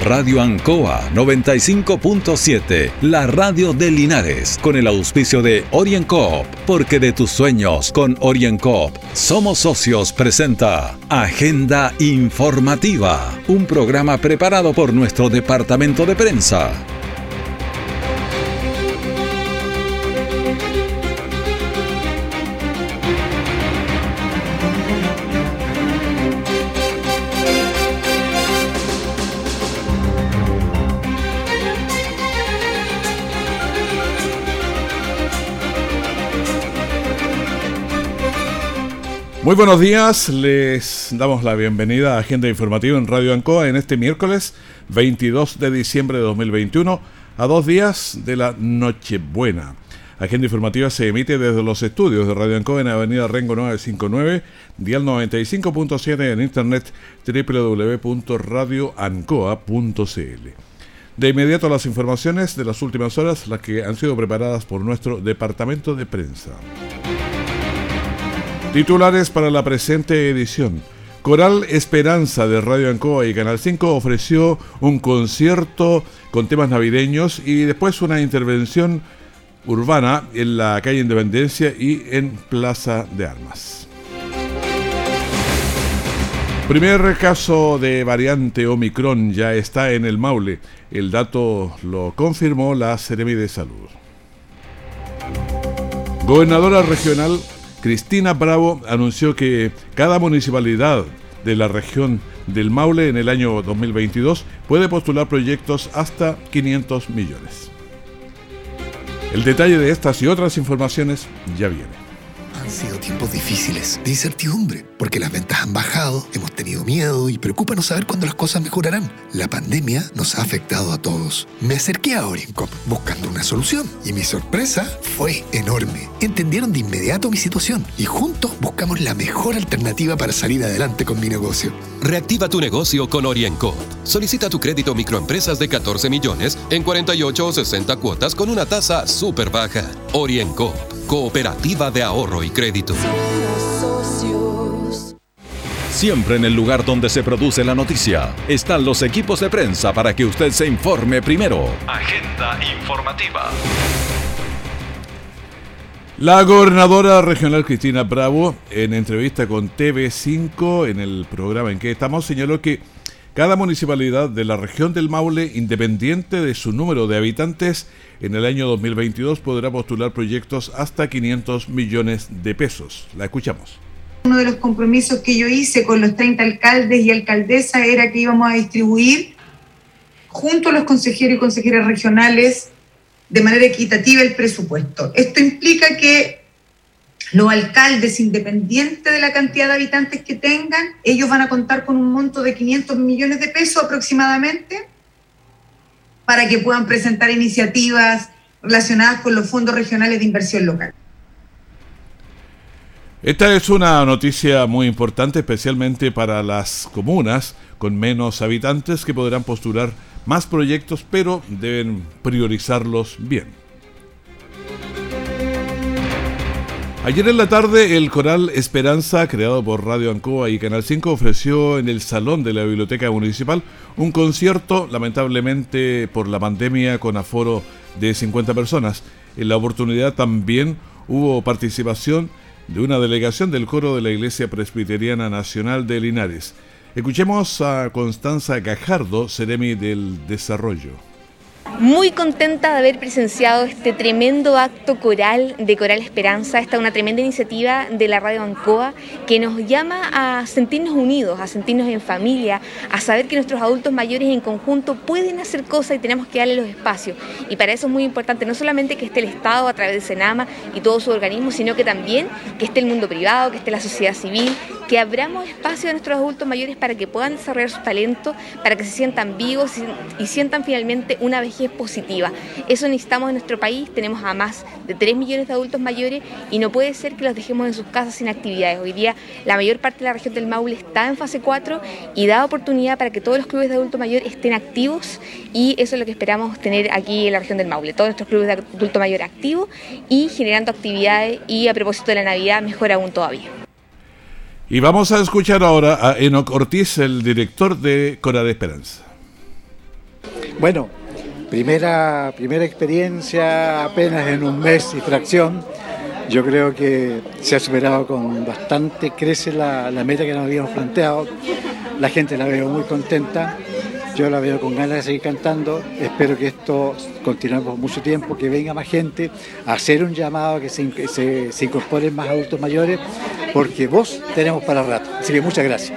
Radio Ancoa 95.7, la radio de Linares, con el auspicio de OrienCoop, porque de tus sueños con OrienCoop somos socios, presenta Agenda Informativa, un programa preparado por nuestro departamento de prensa. Muy buenos días, les damos la bienvenida a Agenda Informativa en Radio Ancoa en este miércoles 22 de diciembre de 2021, a 2 días de la Nochebuena. Agenda Informativa se emite desde los estudios de Radio Ancoa en Avenida Rengo 959, dial 95.7, en internet www.radioancoa.cl. De inmediato las informaciones de las últimas horas, las que han sido preparadas por nuestro departamento de prensa. Titulares para la presente edición. Coral Esperanza de Radio Ancoa y Canal 5 ofreció un concierto con temas navideños y después una intervención urbana en la calle Independencia y en Plaza de Armas. Primer caso de variante Omicron ya está en el Maule. El dato lo confirmó la Seremi de Salud. Gobernadora regional Cristina Bravo anunció que cada municipalidad de la región del Maule en el año 2022 puede postular proyectos hasta 500 millones. El detalle de estas y otras informaciones ya viene. Han sido tiempos difíciles, de incertidumbre, porque las ventas han bajado, hemos tenido miedo y preocupa no saber cuándo las cosas mejorarán. La pandemia nos ha afectado a todos. Me acerqué a OrienCoop buscando una solución y mi sorpresa fue enorme. Entendieron de inmediato mi situación y juntos buscamos la mejor alternativa para salir adelante con mi negocio. Reactiva tu negocio con OrienCoop. Solicita tu crédito microempresas de 14 millones en 48 o 60 cuotas con una tasa súper baja. OrienCoop, cooperativa de ahorro y crédito. Siempre en el lugar donde se produce la noticia están los equipos de prensa para que usted se informe primero. Agenda Informativa. La gobernadora regional Cristina Bravo, en entrevista con TV5, en el programa en que estamos, señaló que cada municipalidad de la región del Maule, independiente de su número de habitantes, en el año 2022 podrá postular proyectos hasta 500 millones de pesos. La escuchamos. Uno de los compromisos que yo hice con los 30 alcaldes y alcaldesas era que íbamos a distribuir junto a los consejeros y consejeras regionales de manera equitativa el presupuesto. Esto implica que los alcaldes, independientes de la cantidad de habitantes que tengan, ellos van a contar con un monto de 500 millones de pesos aproximadamente para que puedan presentar iniciativas relacionadas con los fondos regionales de inversión local. Esta es una noticia muy importante, especialmente para las comunas con menos habitantes que podrán postular más proyectos, pero deben priorizarlos bien. Ayer en la tarde, el Coral Esperanza, creado por Radio Ancoa y Canal 5, ofreció en el salón de la Biblioteca Municipal un concierto, lamentablemente por la pandemia, con aforo de 50 personas. En la oportunidad también hubo participación de una delegación del coro de la Iglesia Presbiteriana Nacional de Linares. Escuchemos a Constanza Gajardo, Seremi del Desarrollo. Muy contenta de haber presenciado este tremendo acto coral de Coral Esperanza, esta una tremenda iniciativa de la Radio Ancoa que nos llama a sentirnos unidos, a sentirnos en familia, a saber que nuestros adultos mayores en conjunto pueden hacer cosas y tenemos que darle los espacios. Y para eso es muy importante no solamente que esté el Estado a través de Senama y todos sus organismos, sino que también que esté el mundo privado, que esté la sociedad civil, que abramos espacio a nuestros adultos mayores para que puedan desarrollar su talento, para que se sientan vivos y sientan finalmente una vejez positiva. Eso necesitamos en nuestro país. Tenemos a más de 3 millones de adultos mayores y no puede ser que los dejemos en sus casas sin actividades. Hoy día la mayor parte de la región del Maule está en fase 4 y da oportunidad para que todos los clubes de adulto mayor estén activos, y eso es lo que esperamos tener aquí en la región del Maule, todos nuestros clubes de adulto mayor activos y generando actividades, y a propósito de la Navidad, mejor aún todavía. Y vamos a escuchar ahora a Enoc Ortiz, el director de Coral Esperanza. Bueno, primera experiencia apenas en un mes y fracción. Yo creo que se ha superado con bastante creces la meta que nos habíamos planteado. La gente la veo muy contenta. Yo la veo con ganas de seguir cantando. Espero que esto continúe por mucho tiempo, que venga más gente a hacer un llamado a que se incorporen más adultos mayores, porque voz tenemos para rato. Así que muchas gracias.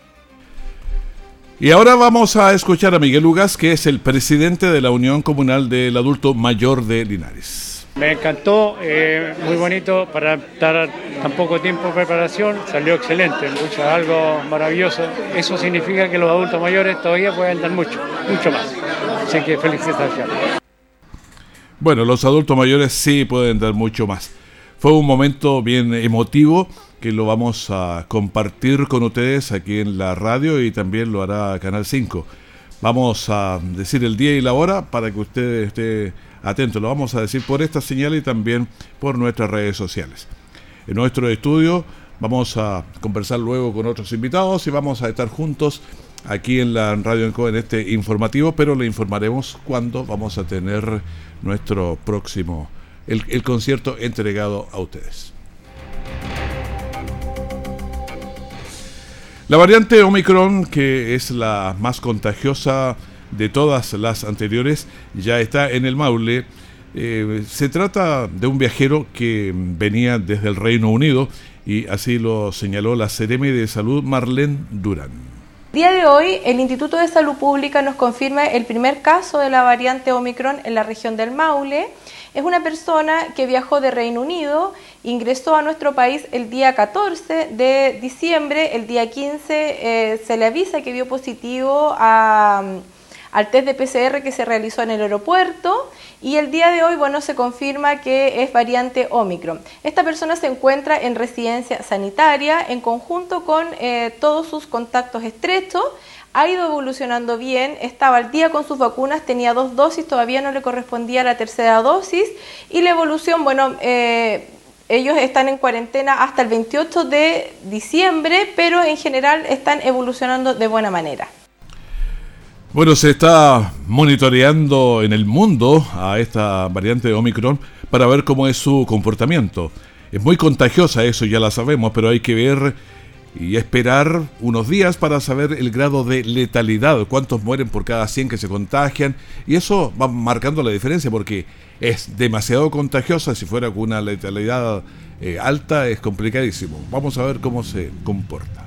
Y ahora vamos a escuchar a Miguel Ugas, que es el presidente de la Unión Comunal del Adulto Mayor de Linares. Me encantó, muy bonito para estar tan poco tiempo de preparación, salió excelente, algo maravilloso. Eso significa que los adultos mayores todavía pueden dar mucho más. Así que felicitaciones. Bueno, los adultos mayores sí pueden dar mucho más. Fue un momento bien emotivo que lo vamos a compartir con ustedes aquí en la radio y también lo hará Canal 5. Vamos a decir el día y la hora para que usted esté atento. Lo vamos a decir por esta señal y también por nuestras redes sociales. En nuestro estudio vamos a conversar luego con otros invitados y vamos a estar juntos aquí en la Radio Ancoa en este informativo, pero le informaremos cuándo vamos a tener nuestro próximo, el concierto entregado a ustedes. La variante Omicron, que es la más contagiosa de todas las anteriores, ya está en el Maule. Se trata de un viajero que venía desde el Reino Unido y así lo señaló la Seremi de Salud Marlene Durán. El día de hoy, el Instituto de Salud Pública nos confirma el primer caso de la variante Omicron en la región del Maule. Es una persona que viajó de Reino Unido, ingresó a nuestro país el día 14 de diciembre, el día 15 se le avisa que dio positivo al test de PCR que se realizó en el aeropuerto y el día de hoy, se confirma que es variante Omicron. Esta persona se encuentra en residencia sanitaria en conjunto con todos sus contactos estrechos. Ha ido evolucionando bien, estaba al día con sus vacunas, tenía 2 dosis, todavía no le correspondía la tercera dosis y la evolución, ellos están en cuarentena hasta el 28 de diciembre, pero en general están evolucionando de buena manera. Bueno, se está monitoreando en el mundo a esta variante de Omicron para ver cómo es su comportamiento. Es muy contagiosa, eso ya la sabemos, pero hay que ver y esperar unos días para saber el grado de letalidad, cuántos mueren por cada 100 que se contagian, y eso va marcando la diferencia porque es demasiado contagiosa. Si fuera con una letalidad alta es complicadísimo. Vamos a ver cómo se comporta.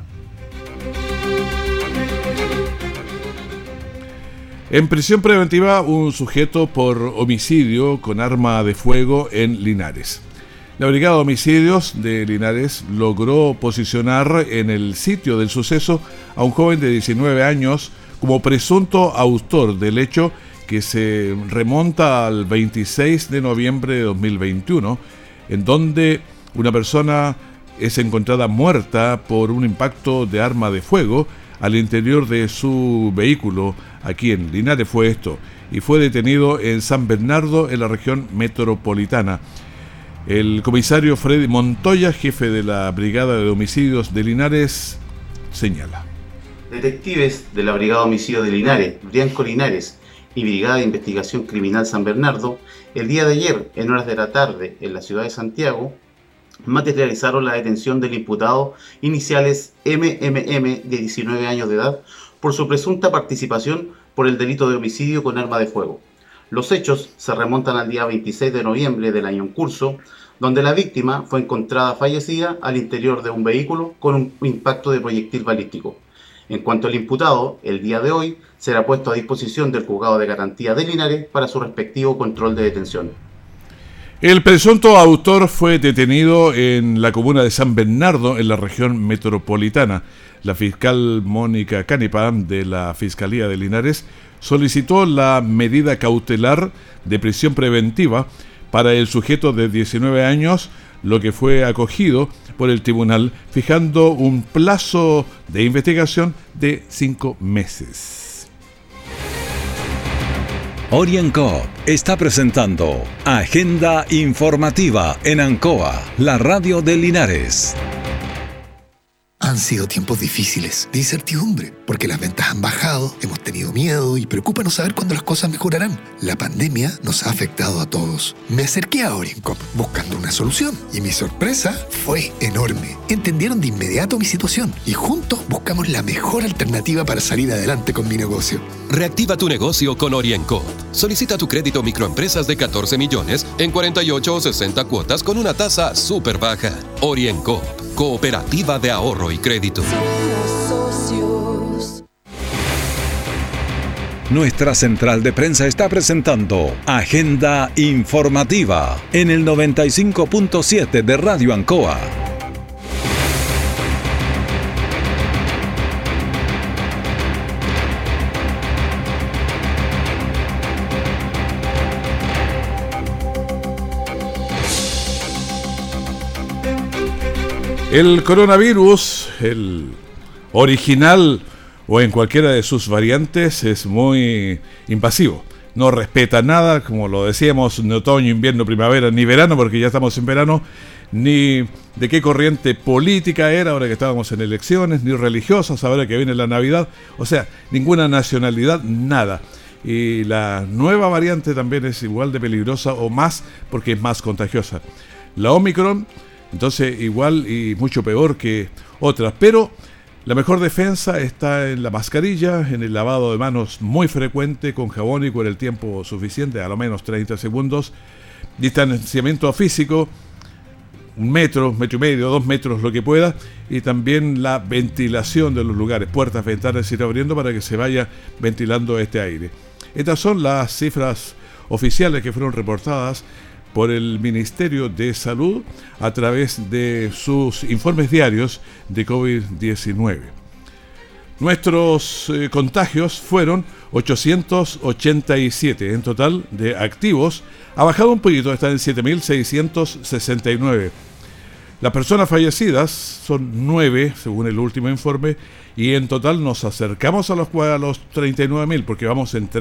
En prisión preventiva, un sujeto por homicidio con arma de fuego en Linares. La Brigada de Homicidios de Linares logró posicionar en el sitio del suceso a un joven de 19 años como presunto autor del hecho que se remonta al 26 de noviembre de 2021, en donde una persona es encontrada muerta por un impacto de arma de fuego al interior de su vehículo. Aquí en Linares fue esto, y fue detenido en San Bernardo, en la región metropolitana. El comisario Freddy Montoya, jefe de la Brigada de Homicidios de Linares, señala. Detectives de la Brigada de Homicidios de Linares, Brianco Linares y Brigada de Investigación Criminal San Bernardo, el día de ayer, en horas de la tarde, en la ciudad de Santiago, materializaron la detención del imputado iniciales MMM, de 19 años de edad, por su presunta participación por el delito de homicidio con arma de fuego. Los hechos se remontan al día 26 de noviembre del año en curso, donde la víctima fue encontrada fallecida al interior de un vehículo con un impacto de proyectil balístico. En cuanto al imputado, el día de hoy será puesto a disposición del Juzgado de Garantía de Linares para su respectivo control de detención. El presunto autor fue detenido en la comuna de San Bernardo, en la región metropolitana. La fiscal Mónica Canepa, de la Fiscalía de Linares, solicitó la medida cautelar de prisión preventiva para el sujeto de 19 años, lo que fue acogido por el tribunal, fijando un plazo de investigación de 5 meses. OrienCoop está presentando Agenda Informativa en Ancoa, la radio de Linares. Han sido tiempos difíciles, de incertidumbre, porque las ventas han bajado, hemos tenido miedo y preocupa no saber cuándo las cosas mejorarán. La pandemia nos ha afectado a todos. Me acerqué a OrienCoop buscando una solución y mi sorpresa fue enorme. Entendieron de inmediato mi situación y juntos buscamos la mejor alternativa para salir adelante con mi negocio. Reactiva tu negocio con OrienCoop. Solicita tu crédito microempresas de 14 millones en 48 o 60 cuotas con una tasa súper baja. OrienCoop, cooperativa de ahorro y crédito. Nuestra central de prensa está presentando Agenda Informativa en el 95.7 de Radio Ancoa. El coronavirus, el original o en cualquiera de sus variantes, es muy invasivo. No respeta nada, como lo decíamos, ni otoño, invierno, primavera, ni verano, porque ya estamos en verano, ni de qué corriente política era ahora que estábamos en elecciones, ni religiosas ahora que viene la Navidad. O sea, ninguna nacionalidad, nada. Y la nueva variante también es igual de peligrosa o más, porque es más contagiosa. La Omicron, entonces igual y mucho peor que otras, pero la mejor defensa está en la mascarilla, en el lavado de manos muy frecuente con jabón y con el tiempo suficiente, a lo menos 30 segundos, distanciamiento físico, 1 metro, 1,5 metros, 2 metros, lo que pueda, y también la ventilación de los lugares, puertas, ventanas, ir abriendo para que se vaya ventilando este aire. Estas son las cifras oficiales que fueron reportadas por el Ministerio de Salud a través de sus informes diarios de COVID-19. Nuestros contagios fueron 887. En total de activos ha bajado un poquito, está en 7.669. Las personas fallecidas son 9, según el último informe, y en total nos acercamos a los 39.000, porque vamos en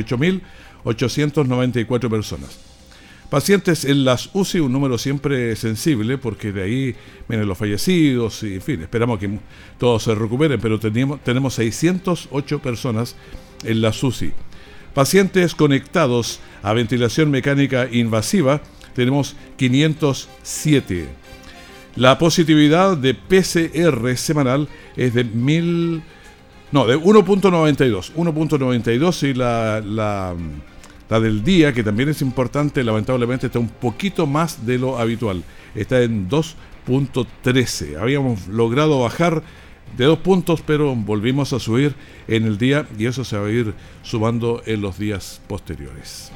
38.894 personas. Pacientes en las UCI, un número siempre sensible, porque de ahí vienen los fallecidos y, en fin, esperamos que todos se recuperen, pero tenemos 608 personas en las UCI. Pacientes conectados a ventilación mecánica invasiva, tenemos 507. La positividad de PCR semanal es de 1.92. 1.92 y la del día, que también es importante, lamentablemente está un poquito más de lo habitual. Está en 2.13. Habíamos logrado bajar de 2 puntos, pero volvimos a subir en el día y eso se va a ir sumando en los días posteriores.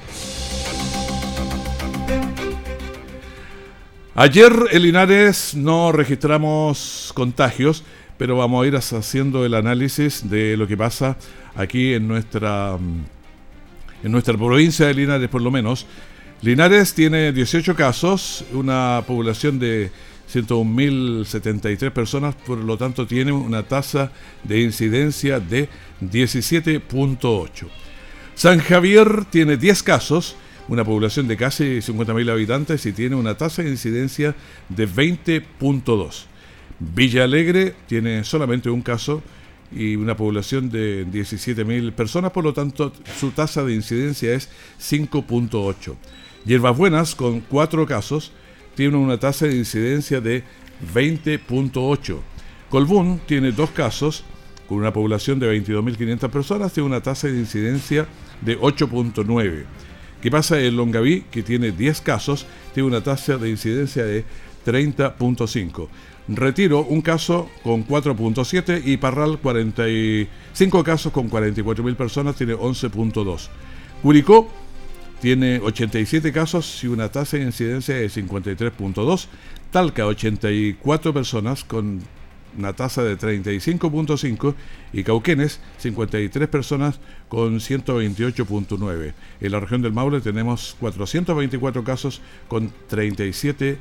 Ayer en Linares no registramos contagios, pero vamos a ir haciendo el análisis de lo que pasa aquí en nuestra provincia de Linares, por lo menos. Linares tiene 18 casos, una población de 101.073 personas, por lo tanto tiene una tasa de incidencia de 17.8. San Javier tiene 10 casos, una población de casi 50.000 habitantes y tiene una tasa de incidencia de 20.2. Villa Alegre tiene solamente un caso y una población de 17.000 personas, por lo tanto su tasa de incidencia es 5.8. Hierbas Buenas, con 4 casos, tiene una tasa de incidencia de 20.8. Colbún tiene 2 casos, con una población de 22.500 personas, tiene una tasa de incidencia de 8.9. ¿Qué pasa en Longaví, que tiene 10 casos, tiene una tasa de incidencia de 30.5? Retiro, un caso con 4.7 y Parral, 45 casos con 44.000 personas, tiene 11.2. Curicó tiene 87 casos y una tasa de incidencia de 53.2. Talca, 84 personas con una tasa de 35.5 y Cauquenes, 53 personas con 128.9. En la región del Maule tenemos 424 casos con 37.5.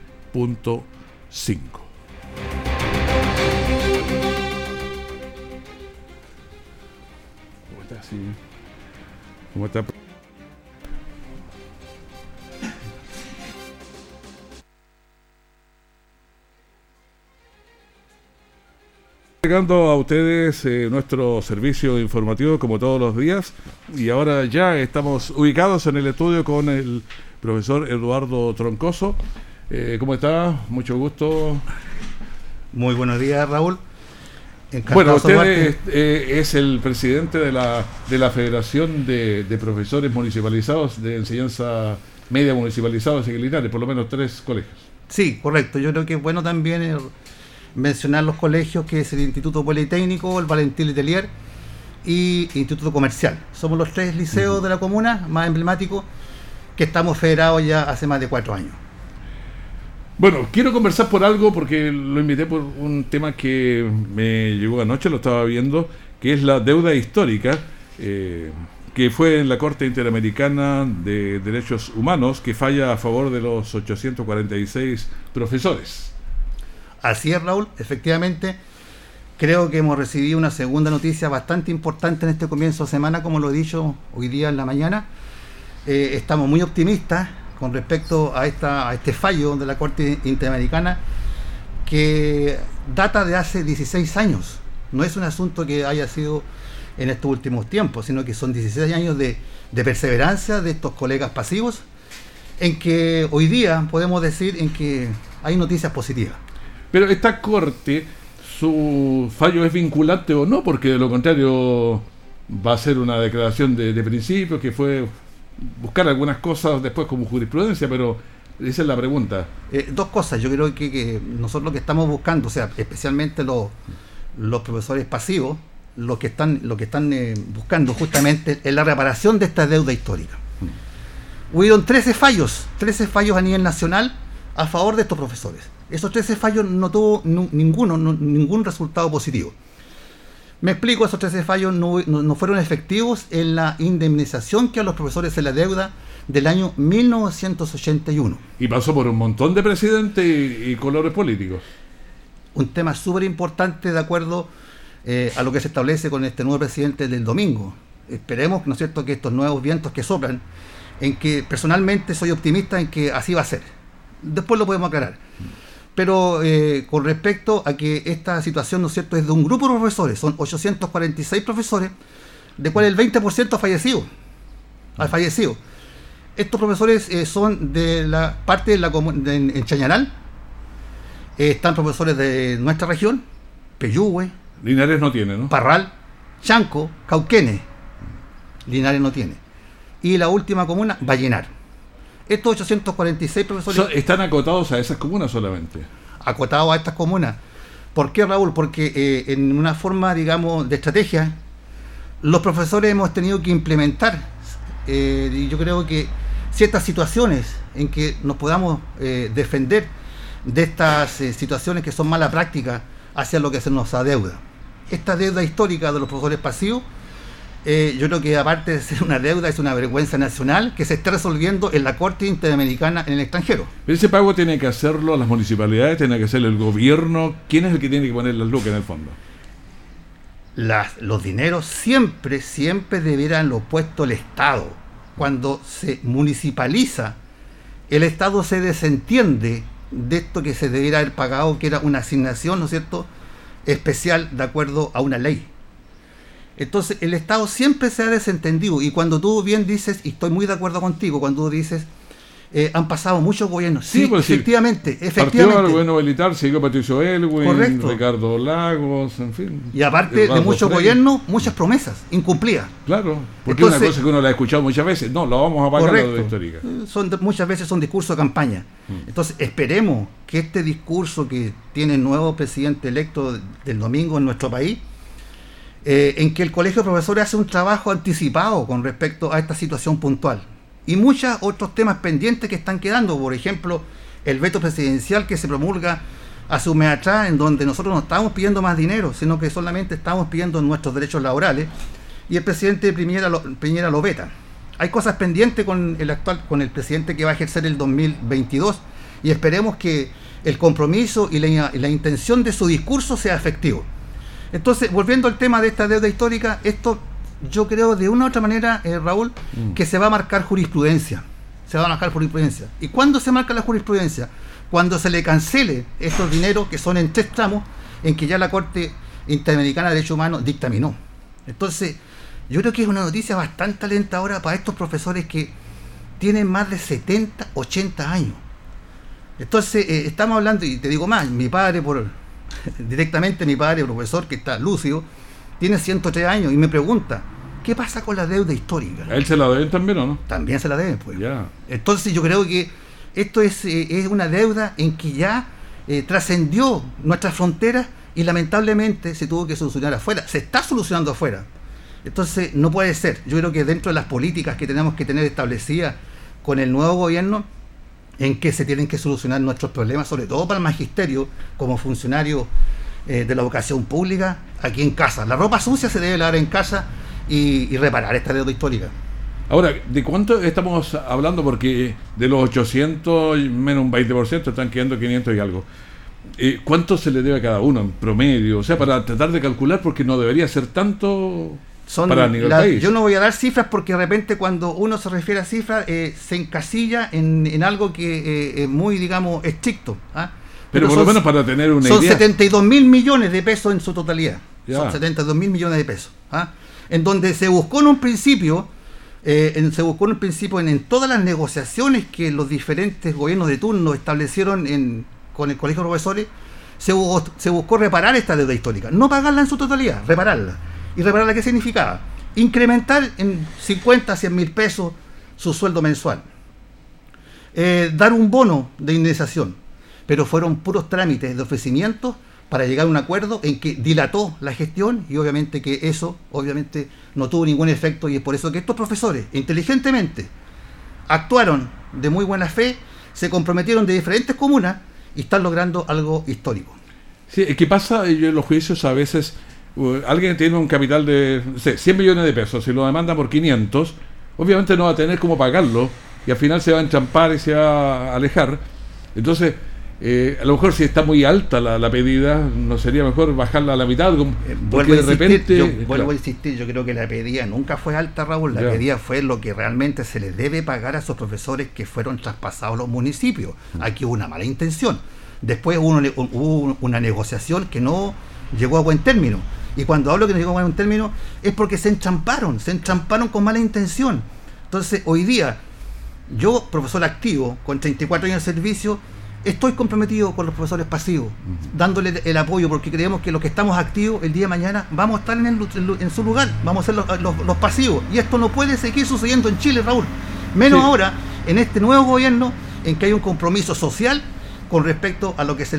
¿Cómo está? Llegando a ustedes nuestro servicio informativo como todos los días, y ahora ya estamos ubicados en el estudio con el profesor Eduardo Troncoso. ¿Cómo está? Mucho gusto. Muy buenos días, Raúl. Bueno, usted es el presidente de la Federación de Profesores Municipalizados de Enseñanza Media Municipalizados en Linares, por lo menos 3 colegios. Sí, correcto. Yo creo que es bueno también mencionar los colegios, que es el Instituto Politécnico, el Valentín Letelier y Instituto Comercial. Somos los 3 liceos de la comuna más emblemáticos que estamos federados ya hace más de 4 años. Bueno, quiero conversar por algo, porque lo invité por un tema que me llegó anoche, lo estaba viendo, que es la deuda histórica, que fue en la Corte Interamericana de Derechos Humanos, que falla a favor de los 846 profesores. Así es, Raúl, efectivamente. Creo que hemos recibido una segunda noticia bastante importante en este comienzo de semana, como lo he dicho hoy día en la mañana. Estamos muy optimistas con respecto a este fallo de la Corte Interamericana, que data de hace 16 años. No es un asunto que haya sido en estos últimos tiempos, sino que son 16 años de perseverancia de estos colegas pasivos, en que hoy día podemos decir en que hay noticias positivas. Pero esta Corte, ¿su fallo es vinculante o no? Porque de lo contrario va a ser una declaración de principio, que fue buscar algunas cosas después como jurisprudencia, pero esa es la pregunta. 2 cosas. Yo creo que nosotros lo que estamos buscando, o sea, especialmente los profesores pasivos, lo que están buscando justamente es la reparación de esta deuda histórica. Hubieron 13 fallos a nivel nacional a favor de estos profesores. Esos 13 fallos no tuvo ningún resultado positivo. Me explico, esos 13 fallos no fueron efectivos en la indemnización que a los profesores se la deuda del año 1981. Y pasó por un montón de presidentes y colores políticos. Un tema súper importante de acuerdo a lo que se establece con este nuevo presidente del domingo. Esperemos, ¿no es cierto?, que estos nuevos vientos que soplan, en que personalmente soy optimista en que así va a ser. Después lo podemos aclarar. Pero con respecto a que esta situación, ¿no es cierto?, es de un grupo de profesores, son 846 profesores, de cuales el 20% ha fallecido. Estos profesores son de la parte de en Chañaral, están profesores de nuestra región, Peyúgue, Linares no tiene, ¿no? Parral, Chanco, Cauquenes, Linares no tiene. Y la última comuna, Vallenar. Estos 846 profesores... ¿Están acotados a esas comunas solamente? Acotados a estas comunas. ¿Por qué, Raúl? Porque en una forma, digamos, de estrategia, los profesores hemos tenido que implementar, y yo creo que ciertas situaciones en que nos podamos defender de estas situaciones que son mala práctica hacia lo que se nos adeuda. Esta deuda histórica de los profesores pasivos, yo creo que aparte de ser una deuda, es una vergüenza nacional que se está resolviendo en la Corte Interamericana en el extranjero. Pero ese pago tiene que hacerlo las municipalidades, tiene que hacerlo el gobierno. ¿Quién es el que tiene que poner las lucas en el fondo? Los dineros siempre debieran lo puesto el Estado. Cuando se municipaliza, el Estado se desentiende de esto que se debiera haber pagado, que era una asignación, ¿no es cierto?, especial de acuerdo a una ley. Entonces el Estado siempre se ha desentendido, y cuando tú bien dices, y estoy muy de acuerdo contigo, cuando tú dices han pasado muchos gobiernos, sí, pues efectivamente. Partió el gobierno militar, siguió Patricio Elwin, correcto, Ricardo Lagos, en fin. Y aparte de muchos gobiernos, muchas promesas incumplidas. Claro, porque entonces, una cosa que uno la ha escuchado muchas veces, no, lo vamos a pagar la deuda histórica. Muchas veces son discursos de campaña. Entonces esperemos que este discurso que tiene el nuevo presidente electo del domingo en nuestro país, en que el Colegio de Profesores hace un trabajo anticipado con respecto a esta situación puntual. Y muchos otros temas pendientes que están quedando, por ejemplo, el veto presidencial que se promulga hace un mes atrás, en donde nosotros no estábamos pidiendo más dinero, sino que solamente estábamos pidiendo nuestros derechos laborales, y el presidente Piñera lo veta. Hay cosas pendientes con el presidente que va a ejercer el 2022, y esperemos que el compromiso y la intención de su discurso sea efectivo. Entonces, volviendo al tema de esta deuda histórica, esto yo creo de una u otra manera, Raúl, que se va a marcar jurisprudencia. ¿Y cuándo se marca la jurisprudencia? Cuando se le cancele estos dineros, que son en 3 tramos, en que ya la Corte Interamericana de Derechos Humanos dictaminó. Entonces, yo creo que es una noticia bastante alentadora para estos profesores que tienen más de 70, 80 años. Entonces, estamos hablando, y te digo más, mi padre, directamente mi padre, profesor, que está lúcido, tiene 103 años y me pregunta, ¿qué pasa con la deuda histórica? ¿A él se la deben también o no? También se la deben, pues. Ya. Entonces, yo creo que esto es una deuda en que ya trascendió nuestras fronteras y lamentablemente se tuvo que solucionar afuera. Se está solucionando afuera. Entonces, no puede ser. Yo creo que dentro de las políticas que tenemos que tener establecidas con el nuevo gobierno, en que se tienen que solucionar nuestros problemas, sobre todo para el magisterio, como funcionario de la educación pública, aquí en casa. La ropa sucia se debe lavar en casa y reparar esta deuda histórica. Ahora, ¿de cuánto estamos hablando? Porque de los 800, menos un 20%, están quedando 500 y algo. ¿Cuánto se le debe a cada uno en promedio? O sea, para tratar de calcular, porque no debería ser tanto para nivel país. Yo no voy a dar cifras porque de repente cuando uno se refiere a cifras se encasilla en algo que es muy, digamos, estricto. Pero por lo menos para tener una idea. Son 72.000 millones de pesos en su totalidad. Ya. Son 72.000 millones de pesos. En donde se buscó en un principio, en todas las negociaciones que los diferentes gobiernos de turno establecieron con el Colegio de Profesores, se buscó reparar esta deuda histórica. No pagarla en su totalidad, repararla. ¿Y repararla qué significaba? Incrementar en 50 a 100 mil pesos su sueldo mensual. Dar un bono de indemnización. Pero fueron puros trámites de ofrecimientos para llegar a un acuerdo en que dilató la gestión y obviamente que eso no tuvo ningún efecto, y es por eso que estos profesores inteligentemente actuaron de muy buena fe, se comprometieron de diferentes comunas y están logrando algo histórico. Sí, ¿qué pasa en los juicios? A veces alguien tiene un capital de 100 millones de pesos, si lo demanda por 500, obviamente no va a tener cómo pagarlo y al final se va a enchampar y se va a alejar. Entonces, a lo mejor si está muy alta la pedida, ¿no sería mejor bajarla a la mitad? Porque de repente... Vuelvo a insistir, yo creo que la pedida nunca fue alta, Raúl. La pedida fue lo que realmente se les debe pagar a esos profesores que fueron traspasados a los municipios. Aquí hubo una mala intención. Después hubo una negociación que no llegó a buen término. Y cuando hablo que no llegó a buen término es porque se enchamparon con mala intención. Entonces, hoy día, yo, profesor activo, con 34 años de servicio, estoy comprometido con los profesores pasivos, dándole el apoyo, porque creemos que los que estamos activos el día de mañana vamos a estar en su lugar, vamos a ser los pasivos. Y esto no puede seguir sucediendo en Chile, Raúl. Menos ahora, en este nuevo gobierno, en que hay un compromiso social con respecto a lo que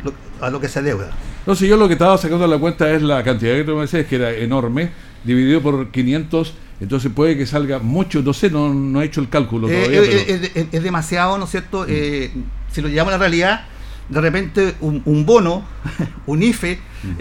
se adeuda. No sé, yo lo que estaba sacando a la cuenta es la cantidad que tú me decías, que era enorme, dividido por 500, entonces puede que salga mucho, no sé, no he hecho el cálculo todavía. Es demasiado, ¿no es cierto? Si lo llevamos a la realidad, de repente un bono, un IFE,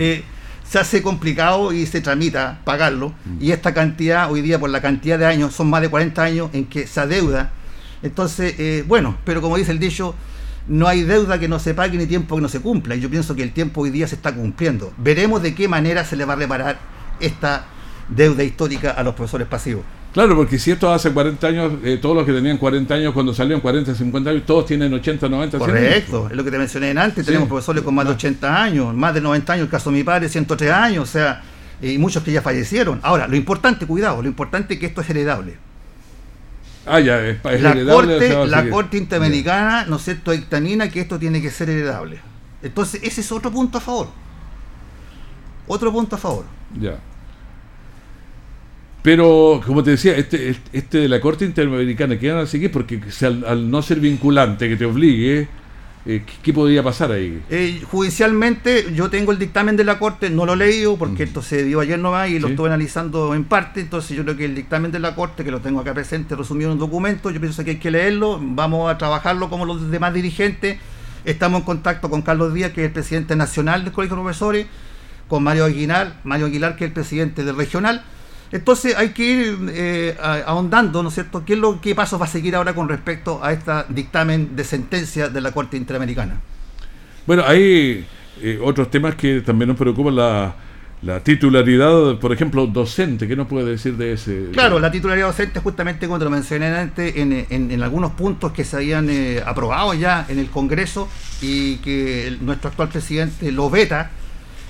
se hace complicado y se tramita pagarlo, y esta cantidad, hoy día por la cantidad de años, son más de 40 años en que se adeuda. Entonces, pero como dice el dicho, no hay deuda que no se pague ni tiempo que no se cumpla, y yo pienso que el tiempo hoy día se está cumpliendo. Veremos de qué manera se le va a reparar esta deuda histórica a los profesores pasivos. Claro, porque si esto hace 40 años, todos los que tenían 40 años cuando salieron, 40, 50 años, todos tienen 80, 90, 100 años. Correcto, es lo que te mencioné antes, tenemos profesores con más de 80 años, más de 90 años, el caso de mi padre, 103 años, o sea, y muchos que ya fallecieron. Ahora, lo importante, cuidado, lo importante es que esto es heredable. Es heredable. La Corte Interamericana, ¿no es cierto?, dictamina que esto tiene que ser heredable. Entonces, ese es otro punto a favor. Ya. Pero, como te decía, este de la Corte Interamericana, ¿qué van a seguir? Porque al no ser vinculante, que te obligue, ¿qué podría pasar ahí? Judicialmente, yo tengo el dictamen de la Corte, no lo he leído, porque esto se dio ayer nomás y lo estuve analizando en parte, entonces yo creo que el dictamen de la Corte, que lo tengo acá presente, resumido en un documento, yo pienso que hay que leerlo, vamos a trabajarlo como los demás dirigentes, estamos en contacto con Carlos Díaz, que es el presidente nacional del Colegio de Profesores, con Mario Aguilar, que es el presidente del regional. Entonces hay que ir ahondando, ¿no es cierto?, qué pasos va a seguir ahora con respecto a este dictamen de sentencia de la Corte Interamericana. Bueno, hay otros temas que también nos preocupan, la titularidad, por ejemplo, docente. ¿Qué nos puede decir de ese? Claro, la titularidad docente, justamente como te lo mencioné antes, en algunos puntos que se habían aprobado ya en el Congreso y que nuestro actual presidente lo veta.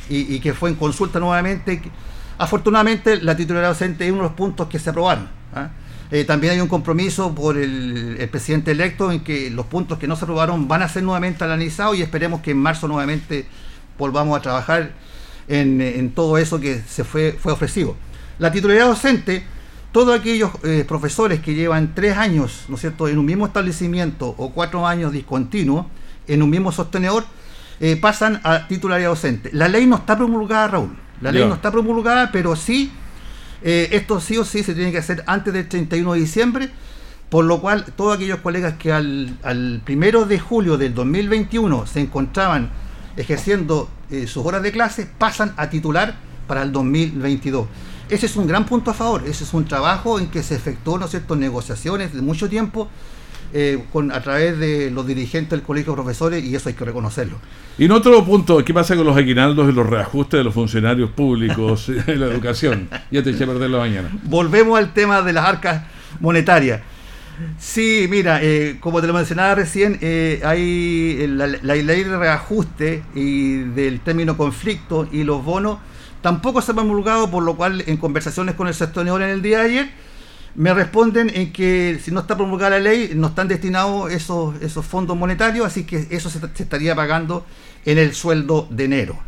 y que fue en consulta nuevamente. Afortunadamente, la titularidad docente es uno de los puntos que se aprobaron. También hay un compromiso por el presidente electo en que los puntos que no se aprobaron van a ser nuevamente analizados y esperemos que en marzo nuevamente volvamos a trabajar en todo eso que se fue ofrecido. La titularidad docente, todos aquellos profesores que llevan 3 años, ¿no es cierto?, en un mismo establecimiento o 4 años discontinuos en un mismo sostenedor, pasan a titularidad docente. La ley no está promulgada, Raúl. La ley no está promulgada, pero sí, esto sí o sí se tiene que hacer antes del 31 de diciembre, por lo cual todos aquellos colegas que al 1 de julio del 2021 se encontraban ejerciendo sus horas de clase, pasan a titular para el 2022. Ese es un gran punto a favor, ese es un trabajo en que se efectuó, ¿no es cierto?, negociaciones de mucho tiempo a través de los dirigentes del colegio de profesores, y eso hay que reconocerlo. Y en otro punto, ¿qué pasa con los aguinaldos y los reajustes de los funcionarios públicos en la educación? Ya te eché a perder la mañana. Volvemos al tema de las arcas monetarias. Sí, mira, como te lo mencionaba recién, hay la ley de reajuste y del término conflicto y los bonos tampoco se han promulgado, por lo cual en conversaciones con el sostenedor en el día de ayer me responden en que si no está promulgada la ley no están destinados esos fondos monetarios, así que eso se estaría pagando en el sueldo de enero.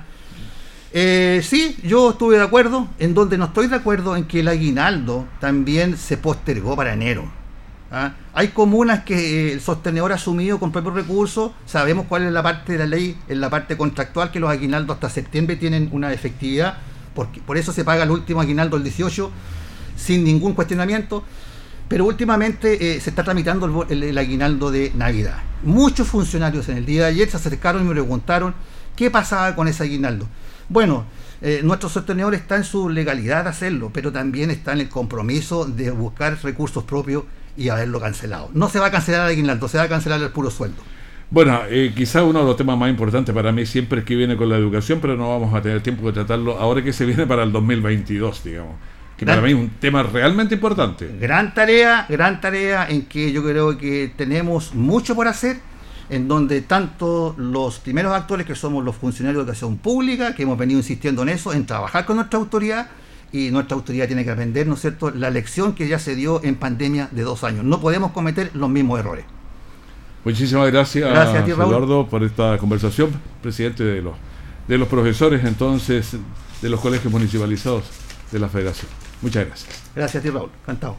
Sí, yo estuve de acuerdo. En donde no estoy de acuerdo en que el aguinaldo también se postergó para enero. Hay comunas que el sostenedor ha asumido con propios recursos. Sabemos cuál es la parte de la ley, en la parte contractual, que los aguinaldos hasta septiembre tienen una efectividad, por eso se paga el último aguinaldo el 18 sin ningún cuestionamiento, pero últimamente se está tramitando el aguinaldo de Navidad. Muchos funcionarios en el día de ayer se acercaron y me preguntaron qué pasaba con ese aguinaldo. Bueno, nuestro sostenedor está en su legalidad de hacerlo, pero también está en el compromiso de buscar recursos propios y haberlo cancelado. No se va a cancelar el aguinaldo, se va a cancelar el puro sueldo. Bueno, quizá uno de los temas más importantes para mí siempre es que viene con la educación, pero no vamos a tener tiempo de tratarlo ahora que se viene para el 2022, digamos. Que para mí es un tema realmente importante. Gran tarea en que yo creo que tenemos mucho por hacer, en donde tanto los primeros actores, que somos los funcionarios de educación pública, que hemos venido insistiendo en eso, en trabajar con nuestra autoridad, y nuestra autoridad tiene que aprender, ¿no es cierto?, la lección que ya se dio en pandemia de 2 años. No podemos cometer los mismos errores. Muchísimas gracias a ti, Eduardo, por esta conversación, presidente de los profesores, entonces, de los colegios municipalizados de la Federación. Muchas gracias. Gracias a ti, Raúl. Encantado.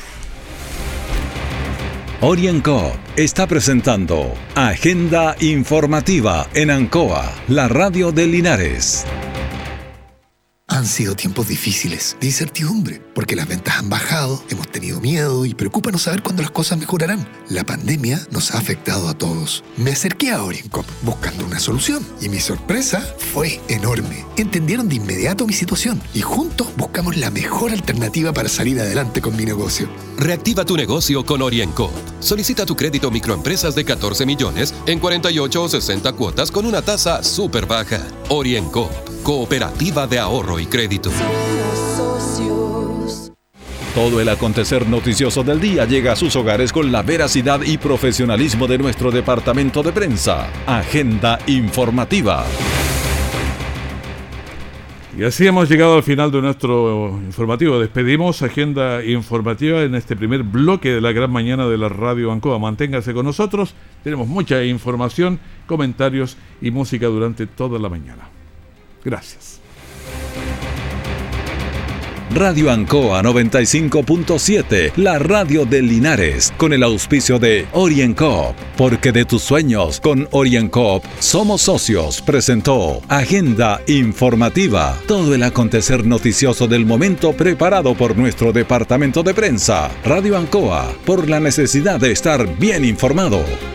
ORIENCOP está presentando Agenda Informativa en Ancoa, la radio de Linares. Han sido tiempos difíciles, de incertidumbre, porque las ventas han bajado, hemos tenido miedo y preocupa no saber cuándo las cosas mejorarán. La pandemia nos ha afectado a todos. Me acerqué a ORIENCOP buscando una solución y mi sorpresa fue enorme. Entendieron de inmediato mi situación y juntos buscamos la mejor alternativa para salir adelante con mi negocio. Reactiva tu negocio con ORIENCOP. Solicita tu crédito microempresas de 14 millones en 48 o 60 cuotas con una tasa súper baja. ORIENCOP, Cooperativa de Ahorro y Crédito. Todo el acontecer noticioso del día llega a sus hogares con la veracidad y profesionalismo de nuestro departamento de prensa. Agenda Informativa. Y así hemos llegado al final de nuestro informativo. Despedimos Agenda Informativa en este primer bloque de la gran mañana de la Radio Ancoa. Manténgase con nosotros. Tenemos mucha información, comentarios y música durante toda la mañana. Gracias. Radio Ancoa 95.7, la radio de Linares, con el auspicio de ORIENCOP, porque de tus sueños con ORIENCOP somos socios, presentó Agenda Informativa, todo el acontecer noticioso del momento preparado por nuestro departamento de prensa. Radio Ancoa, por la necesidad de estar bien informado.